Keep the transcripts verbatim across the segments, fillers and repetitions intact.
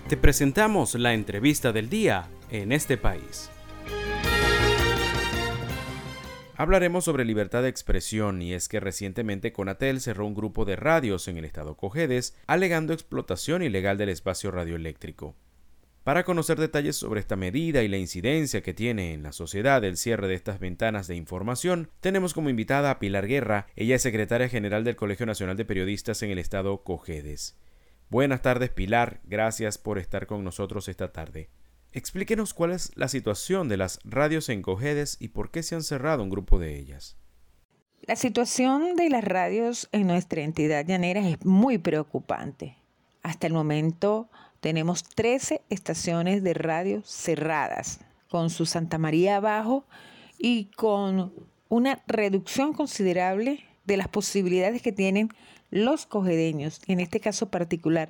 Te presentamos la entrevista del día en este país. Hablaremos sobre libertad de expresión y es que recientemente Conatel cerró un grupo de radios en el estado Cojedes alegando explotación ilegal del espacio radioeléctrico. Para conocer detalles sobre esta medida y la incidencia que tiene en la sociedad el cierre de estas ventanas de información, tenemos como invitada a Pilar Guerra. Ella es secretaria general del Colegio Nacional de Periodistas en el estado Cojedes. Buenas tardes, Pilar. Gracias por estar con nosotros esta tarde. Explíquenos cuál es la situación de las radios en Cojedes y por qué se han cerrado un grupo de ellas. La situación de las radios en nuestra entidad llanera es muy preocupante. Hasta el momento tenemos trece estaciones de radio cerradas, con su Santa María abajo y con una reducción considerable de las posibilidades que tienen los cojedeños, en este caso particular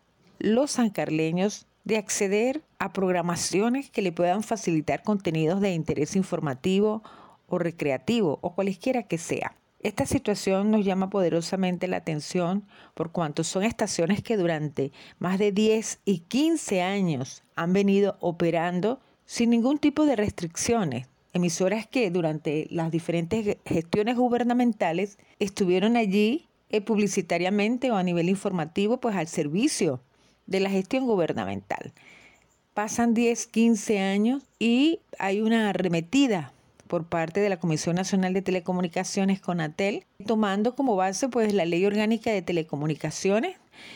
los sancarleños, de acceder a programaciones que le puedan facilitar contenidos de interés informativo o recreativo o cualesquiera que sea. Esta situación nos llama poderosamente la atención por cuanto son estaciones que durante más de diez y quince años han venido operando sin ningún tipo de restricciones. Emisoras que durante las diferentes gestiones gubernamentales estuvieron allí eh, publicitariamente o a nivel informativo, pues al servicio de la gestión gubernamental. Pasan diez, quince años y hay una arremetida por parte de la Comisión Nacional de Telecomunicaciones, Conatel, tomando como base pues la Ley Orgánica de Telecomunicaciones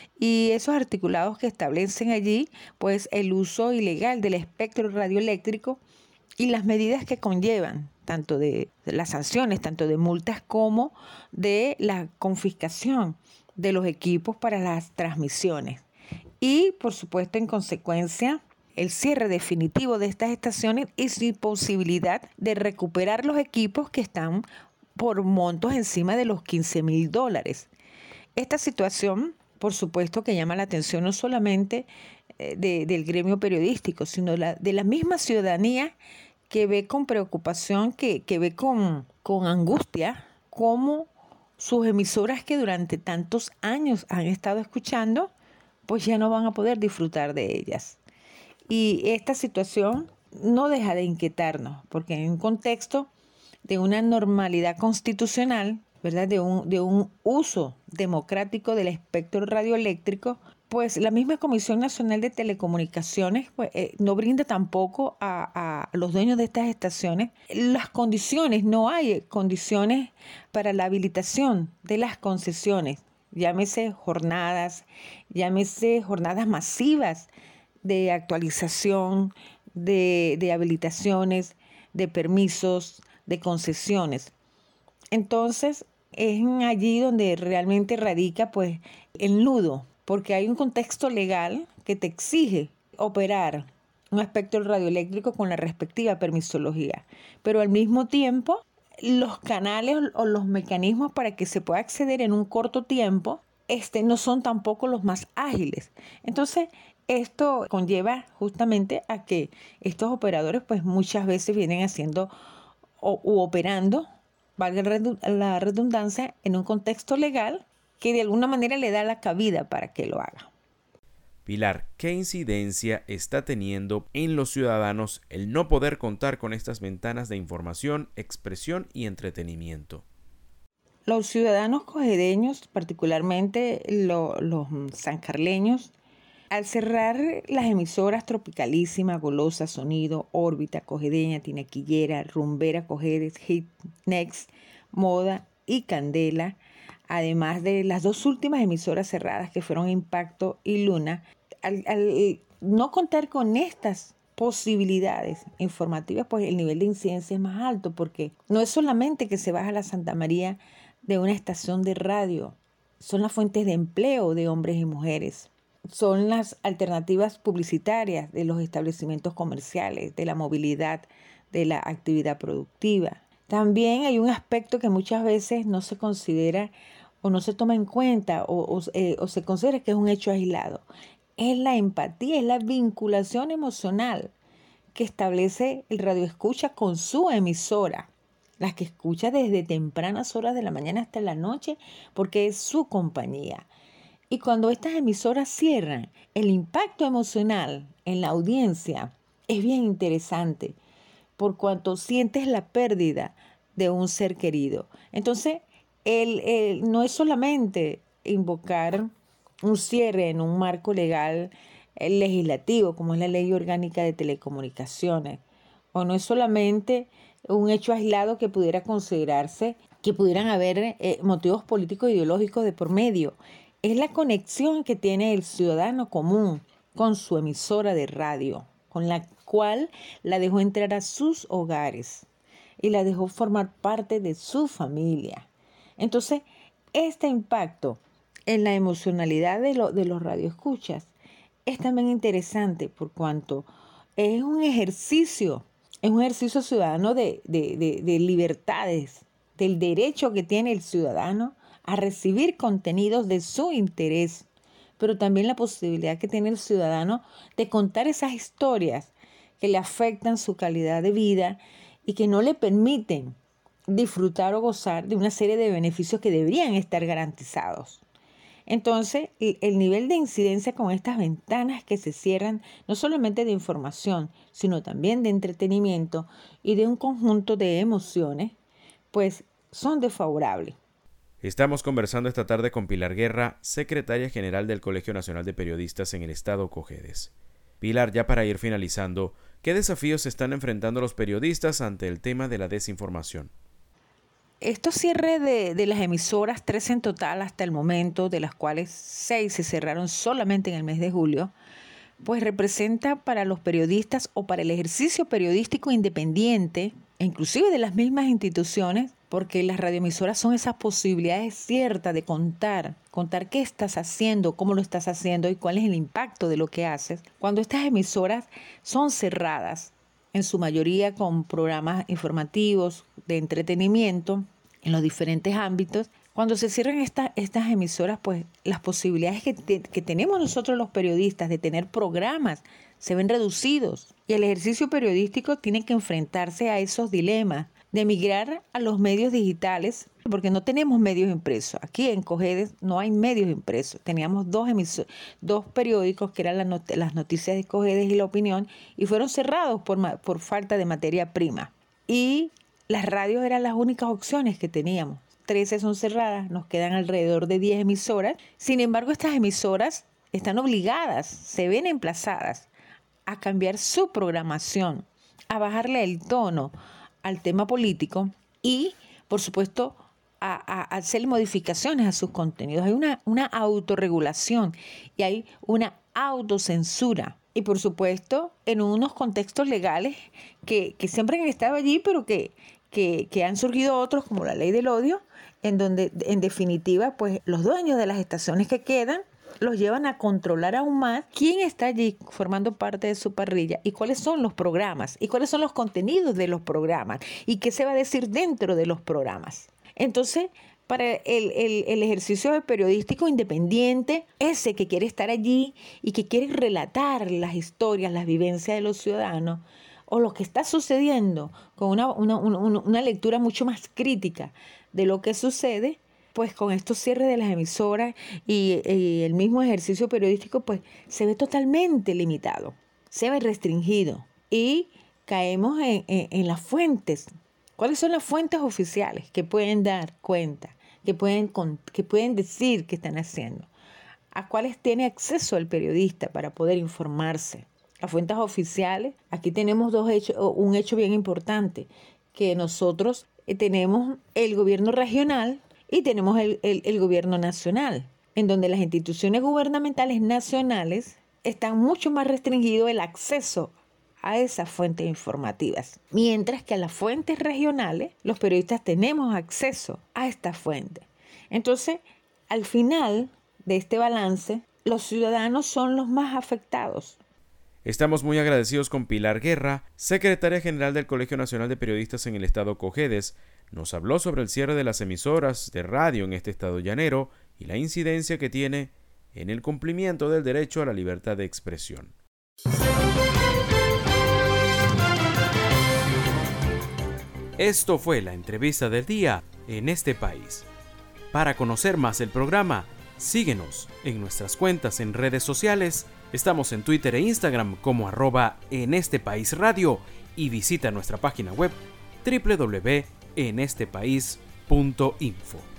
y esos articulados que establecen allí pues el uso ilegal del espectro radioeléctrico y las medidas que conllevan, tanto de las sanciones, tanto de multas como de la confiscación de los equipos para las transmisiones. Y, por supuesto, en consecuencia, el cierre definitivo de estas estaciones y sin posibilidad de recuperar los equipos que están por montos encima de los quince mil dólares. Esta situación, por supuesto, que llama la atención no solamente de, del gremio periodístico, sino la, de la misma ciudadanía que ve con preocupación, que, que ve con, con angustia cómo sus emisoras que durante tantos años han estado escuchando, pues ya no van a poder disfrutar de ellas. Y esta situación no deja de inquietarnos, porque en un contexto de una normalidad constitucional, ¿verdad? De un, de un uso democrático del espectro radioeléctrico, pues la misma Comisión Nacional de Telecomunicaciones pues, eh, no brinda tampoco a, a los dueños de estas estaciones las condiciones, no hay condiciones para la habilitación de las concesiones, llámese jornadas, llámese jornadas masivas de actualización, de, de habilitaciones, de permisos, de concesiones. Entonces, es allí donde realmente radica pues, el nudo, porque hay un contexto legal que te exige operar un espectro radioeléctrico con la respectiva permisología, pero al mismo tiempo los canales o los mecanismos para que se pueda acceder en un corto tiempo este, no son tampoco los más ágiles. Entonces, esto conlleva justamente a que estos operadores pues muchas veces vienen haciendo o u operando, valga la redundancia, en un contexto legal que de alguna manera le da la cabida para que lo haga. Pilar, ¿qué incidencia está teniendo en los ciudadanos el no poder contar con estas ventanas de información, expresión y entretenimiento? Los ciudadanos cojedeños, particularmente lo, los sancarleños, al cerrar las emisoras Tropicalísima, Golosa, Sonido, Órbita, Cojedeña, Tinaquillera, Rumbera, Cojedes, Hit, Next, Moda y Candela, además de las dos últimas emisoras cerradas que fueron Impacto y Luna, al, al no contar con estas posibilidades informativas, pues el nivel de incidencia es más alto, porque no es solamente que se baja la Santa María de una estación de radio, son las fuentes de empleo de hombres y mujeres, son las alternativas publicitarias de los establecimientos comerciales, de la movilidad, de la actividad productiva. También hay un aspecto que muchas veces no se considera o no se toma en cuenta o, o, eh, o se considera que es un hecho aislado. Es la empatía, es la vinculación emocional que establece el radioescucha con su emisora, las que escucha desde tempranas horas de la mañana hasta la noche porque es su compañía. Y cuando estas emisoras cierran, el impacto emocional en la audiencia es bien interesante por cuanto sientes la pérdida de un ser querido. Entonces, el, el, no es solamente invocar un cierre en un marco legal eh, legislativo, como es la Ley Orgánica de Telecomunicaciones, o no es solamente un hecho aislado que pudiera considerarse que pudieran haber eh, motivos políticos e ideológicos de por medio. Es la conexión que tiene el ciudadano común con su emisora de radio, con la cual la dejó entrar a sus hogares y la dejó formar parte de su familia. Entonces, este impacto en la emocionalidad de, lo, de los radioescuchas es también interesante por cuanto es un ejercicio, es un ejercicio ciudadano de, de, de, de libertades, del derecho que tiene el ciudadano a recibir contenidos de su interés, pero también la posibilidad que tiene el ciudadano de contar esas historias que le afectan su calidad de vida y que no le permiten disfrutar o gozar de una serie de beneficios que deberían estar garantizados. Entonces, el nivel de incidencia con estas ventanas que se cierran, no solamente de información, sino también de entretenimiento y de un conjunto de emociones, pues son desfavorables. Estamos conversando esta tarde con Pilar Guerra, secretaria general del Colegio Nacional de Periodistas en el Estado Cojedes. Pilar, ya para ir finalizando, ¿qué desafíos están enfrentando los periodistas ante el tema de la desinformación? Estos cierres de, de las emisoras, tres en total hasta el momento, de las cuales seis se cerraron solamente en el mes de julio, pues representa para los periodistas o para el ejercicio periodístico independiente, e inclusive de las mismas instituciones, porque las radioemisoras son esas posibilidades ciertas de contar, contar qué estás haciendo, cómo lo estás haciendo y cuál es el impacto de lo que haces. Cuando estas emisoras son cerradas, en su mayoría con programas informativos, de entretenimiento, en los diferentes ámbitos, cuando se cierran esta, estas emisoras, pues las posibilidades que, te, que tenemos nosotros los periodistas de tener programas se ven reducidos. Y el ejercicio periodístico tiene que enfrentarse a esos dilemas de migrar a los medios digitales, porque no tenemos medios impresos. Aquí en Cojedes no hay medios impresos. Teníamos dos, emiso- dos periódicos que eran la not- las noticias de Cojedes y La Opinión, y fueron cerrados por, ma- por falta de materia prima. Y las radios eran las únicas opciones que teníamos. trece son cerradas, nos quedan alrededor de diez emisoras. Sin embargo, estas emisoras están obligadas, se ven emplazadas a cambiar su programación, a bajarle el tono al tema político y, por supuesto, a, a, a hacer modificaciones a sus contenidos. Hay una, una autorregulación y hay una autocensura. Y, por supuesto, en unos contextos legales que, que siempre han estado allí, pero que, que, que han surgido otros, como la ley del odio, en donde, en definitiva, pues los dueños de las estaciones que quedan los llevan a controlar aún más quién está allí formando parte de su parrilla y cuáles son los programas y cuáles son los contenidos de los programas y qué se va a decir dentro de los programas. Entonces, para el, el, el ejercicio periodístico independiente, ese que quiere estar allí y que quiere relatar las historias, las vivencias de los ciudadanos o lo que está sucediendo con una, una, una, una lectura mucho más crítica de lo que sucede, pues con estos cierres de las emisoras y, y el mismo ejercicio periodístico, pues se ve totalmente limitado, se ve restringido y caemos en, en, en las fuentes. ¿Cuáles son las fuentes oficiales que pueden dar cuenta, que pueden, que pueden decir qué están haciendo? ¿A cuáles tiene acceso el periodista para poder informarse? Las fuentes oficiales, aquí tenemos dos hechos, un hecho bien importante, que nosotros tenemos el gobierno regional y tenemos el, el, el gobierno nacional, en donde las instituciones gubernamentales nacionales están mucho más restringido el acceso a esas fuentes informativas, mientras que a las fuentes regionales los periodistas tenemos acceso a estas fuentes. Entonces, al final de este balance, los ciudadanos son los más afectados. Estamos muy agradecidos con Pilar Guerra, secretaria general del Colegio Nacional de Periodistas en el Estado Cojedes. Nos habló sobre el cierre de las emisoras de radio en este estado llanero y la incidencia que tiene en el cumplimiento del derecho a la libertad de expresión. Esto fue la entrevista del día en este país. Para conocer más el programa, Síguenos en nuestras cuentas en redes sociales. Estamos en Twitter e Instagram como arroba en este país radio y visita nuestra página web doble u doble u doble u punto en este país punto info.